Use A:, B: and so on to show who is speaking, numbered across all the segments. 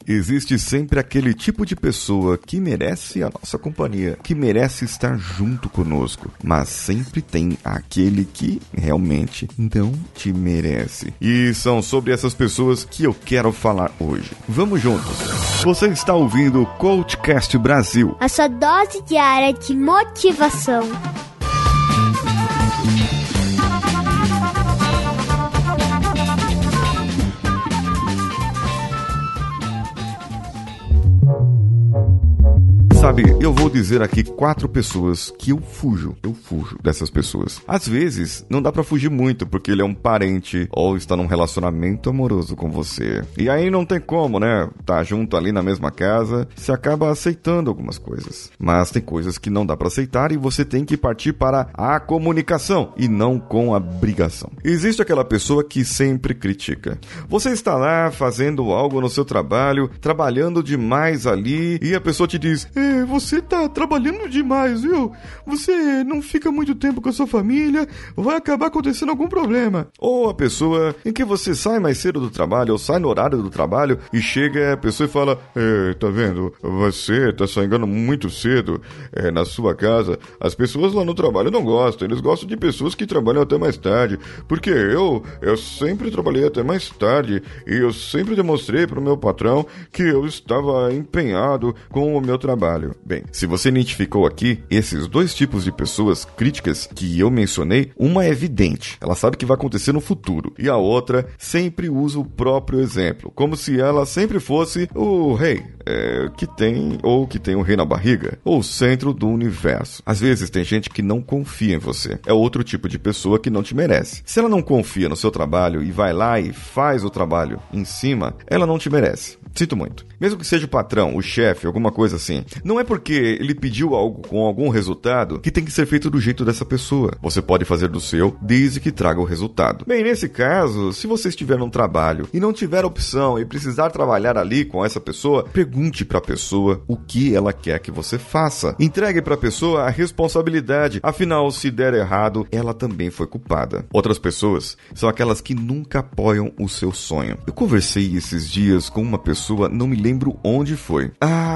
A: Existe sempre aquele tipo de pessoa que merece a nossa companhia, que merece estar junto conosco, mas sempre tem aquele que realmente não te merece. E são sobre essas pessoas que eu quero falar hoje. Vamos juntos! Você está ouvindo o Coachcast Brasil,
B: a sua dose diária de motivação.
A: Sabe, eu vou dizer aqui 4 pessoas que eu fujo dessas pessoas. Às vezes, não dá pra fugir muito, porque ele é um parente ou está num relacionamento amoroso com você. E aí não tem como, né? Tá junto ali na mesma casa, você acaba aceitando algumas coisas. Mas tem coisas que não dá pra aceitar e você tem que partir para a comunicação e não com a brigação. Existe aquela pessoa que sempre critica. Você está lá fazendo algo no seu trabalho, trabalhando demais ali, e a pessoa te diz: você tá trabalhando demais, viu? Você não fica muito tempo com a sua família, vai acabar acontecendo algum problema. Ou a pessoa em que você sai mais cedo do trabalho, ou sai no horário do trabalho, e chega a pessoa e fala: tá vendo? Você tá saindo muito cedo na sua casa. As pessoas lá no trabalho não gostam, eles gostam de pessoas que trabalham até mais tarde, porque eu sempre trabalhei até mais tarde, e eu sempre demonstrei pro meu patrão que eu estava empenhado com o meu trabalho. Bem, se você identificou aqui esses 2 tipos de pessoas críticas que eu mencionei, uma é evidente, ela sabe o que vai acontecer no futuro, e a outra sempre usa o próprio exemplo, como se ela sempre fosse o rei, que tem o rei na barriga, ou o centro do universo. Às vezes tem gente que não confia em você, é outro tipo de pessoa que não te merece. Se ela não confia no seu trabalho e vai lá e faz o trabalho em cima, ela não te merece. Sinto muito. Mesmo que seja o patrão, o chefe, alguma coisa assim. Não é porque ele pediu algo com algum resultado que tem que ser feito do jeito dessa pessoa. Você pode fazer do seu, desde que traga o resultado. Bem, nesse caso, se você estiver num trabalho e não tiver opção e precisar trabalhar ali com essa pessoa, pergunte pra pessoa o que ela quer que você faça. Entregue pra pessoa a responsabilidade. Afinal, se der errado, ela também foi culpada. Outras pessoas são aquelas que nunca apoiam o seu sonho. Eu conversei esses dias com uma pessoa, não me lembro onde foi.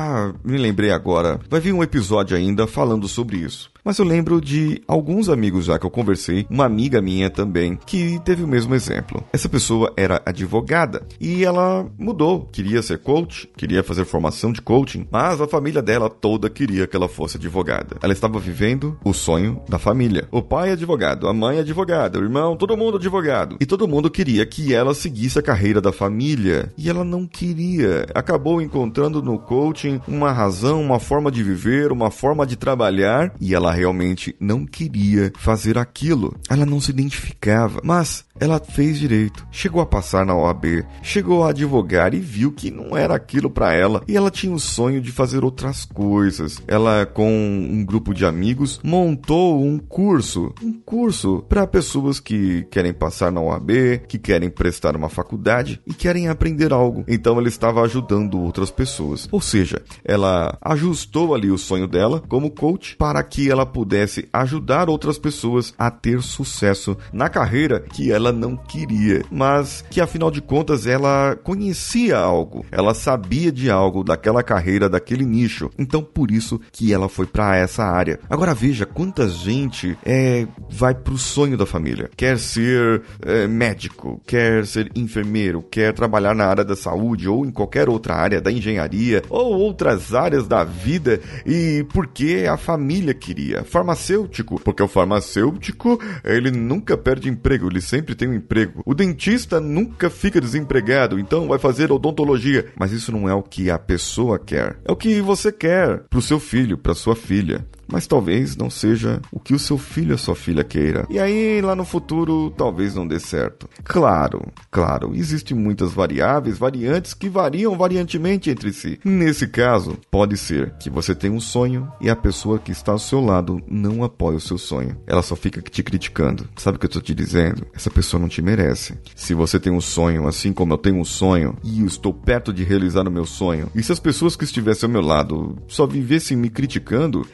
A: Me lembrei agora. Vai vir um episódio ainda falando sobre isso. Mas eu lembro de alguns amigos já que eu conversei, uma amiga minha também, que teve o mesmo exemplo. Essa pessoa era advogada e ela mudou, queria ser coach, queria fazer formação de coaching, mas a família dela toda queria que ela fosse advogada. Ela estava vivendo o sonho da família. O pai é advogado, a mãe é advogada, o irmão, todo mundo advogado. E todo mundo queria que ela seguisse a carreira da família. E ela não queria. Acabou encontrando no coaching uma razão, uma forma de viver, uma forma de trabalhar, e ela realmente não queria fazer aquilo. Ela não se identificava, mas ela fez direito, chegou a passar na OAB, chegou a advogar e viu que não era aquilo para ela, e ela tinha o sonho de fazer outras coisas. Ela, com um grupo de amigos, montou um curso para pessoas que querem passar na OAB, que querem prestar uma faculdade e querem aprender algo. Então ela estava ajudando outras pessoas. Ou seja, ela ajustou ali o sonho dela como coach para que ela pudesse ajudar outras pessoas a ter sucesso na carreira que ela não queria, mas que afinal de contas ela conhecia algo, ela sabia de algo daquela carreira, daquele nicho, então por isso que ela foi para essa área. Agora veja quanta gente vai pro sonho da família, quer ser médico, quer ser enfermeiro, quer trabalhar na área da saúde ou em qualquer outra área da engenharia ou outras áreas da vida, e porque a família queria. Farmacêutico, porque o farmacêutico ele nunca perde emprego, ele sempre tem um emprego. O dentista nunca fica desempregado, então vai fazer odontologia. Mas isso não é o que a pessoa quer. É o que você quer pro seu filho, pra sua filha. Mas talvez não seja o que o seu filho ou sua filha queira. E aí, lá no futuro, talvez não dê certo. Claro, existem muitas variantes que variam variantemente entre si. Nesse caso, pode ser que você tenha um sonho e a pessoa que está ao seu lado não apoia o seu sonho. Ela só fica te criticando. Sabe o que eu estou te dizendo? Essa pessoa não te merece. Se você tem um sonho, assim como eu tenho um sonho, e eu estou perto de realizar o meu sonho, e se as pessoas que estivessem ao meu lado só vivessem me criticando, eu teria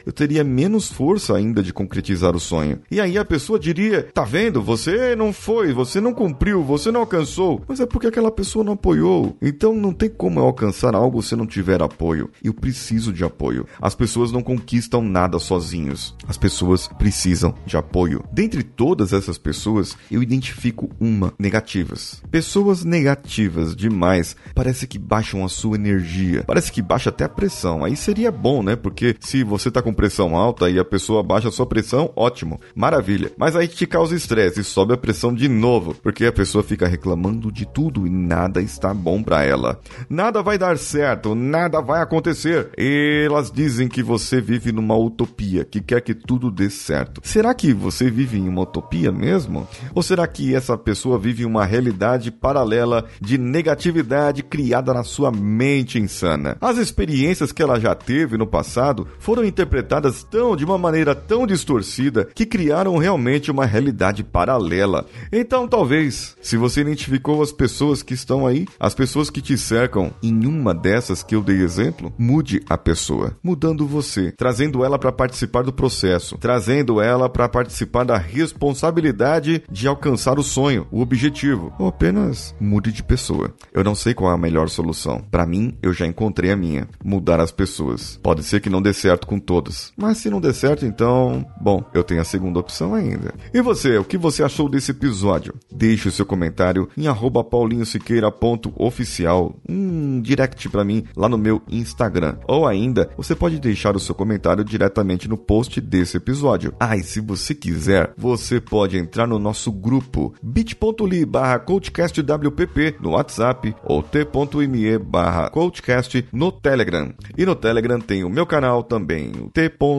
A: menos força ainda de concretizar o sonho. E aí a pessoa diria, tá vendo, você não foi, você não cumpriu, você não alcançou, mas é porque aquela pessoa não apoiou. Então não tem como eu alcançar algo se não tiver apoio. Eu preciso de apoio. As pessoas não conquistam nada sozinhos. As pessoas precisam de apoio. Dentre todas essas pessoas, eu identifico uma: negativas. Pessoas negativas demais parece que baixam a sua energia. Parece que baixa até a pressão. Aí seria bom, né? Porque se você tá com pressão alta e a pessoa baixa a sua pressão, ótimo, maravilha. Mas aí te causa estresse e sobe a pressão de novo, porque a pessoa fica reclamando de tudo e nada está bom pra ela. Nada vai dar certo, nada vai acontecer. Elas dizem que você vive numa utopia, que quer que tudo dê certo. Será que você vive em uma utopia mesmo? Ou será que essa pessoa vive uma realidade paralela de negatividade criada na sua mente insana? As experiências que ela já teve no passado foram interpretadas de uma maneira tão distorcida que criaram realmente uma realidade paralela. Então talvez, se você identificou as pessoas que estão aí, as pessoas que te cercam, em uma dessas que eu dei exemplo, mude a pessoa, mudando você, trazendo ela para participar do processo, trazendo ela para participar da responsabilidade de alcançar o sonho, o objetivo, ou apenas mude de pessoa. Eu não sei qual é a melhor solução. Para mim, eu já encontrei a minha: mudar as pessoas. Pode ser que não dê certo com todas, mas se não der certo, então, bom, eu tenho a segunda opção ainda. E você, o que você achou desse episódio? Deixe o seu comentário em @paulinhosiqueira.oficial, direct pra mim lá no meu Instagram. Ou ainda, você pode deixar o seu comentário diretamente no post desse episódio. E se você quiser, você pode entrar no nosso grupo bit.ly/coachcastwpp no WhatsApp ou t.me/coachcast no Telegram. E no Telegram tem o meu canal também, o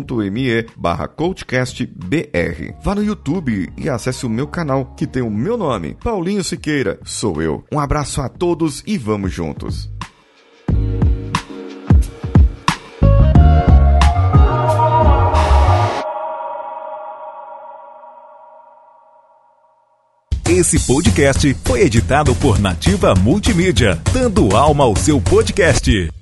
A: t.me/coachcastbr. Vá no YouTube e acesse o meu canal, que tem o meu nome, Paulinho Siqueira, sou eu. Um abraço a todos e vamos juntos.
C: Esse podcast foi editado por Nativa Multimídia, dando alma ao seu podcast.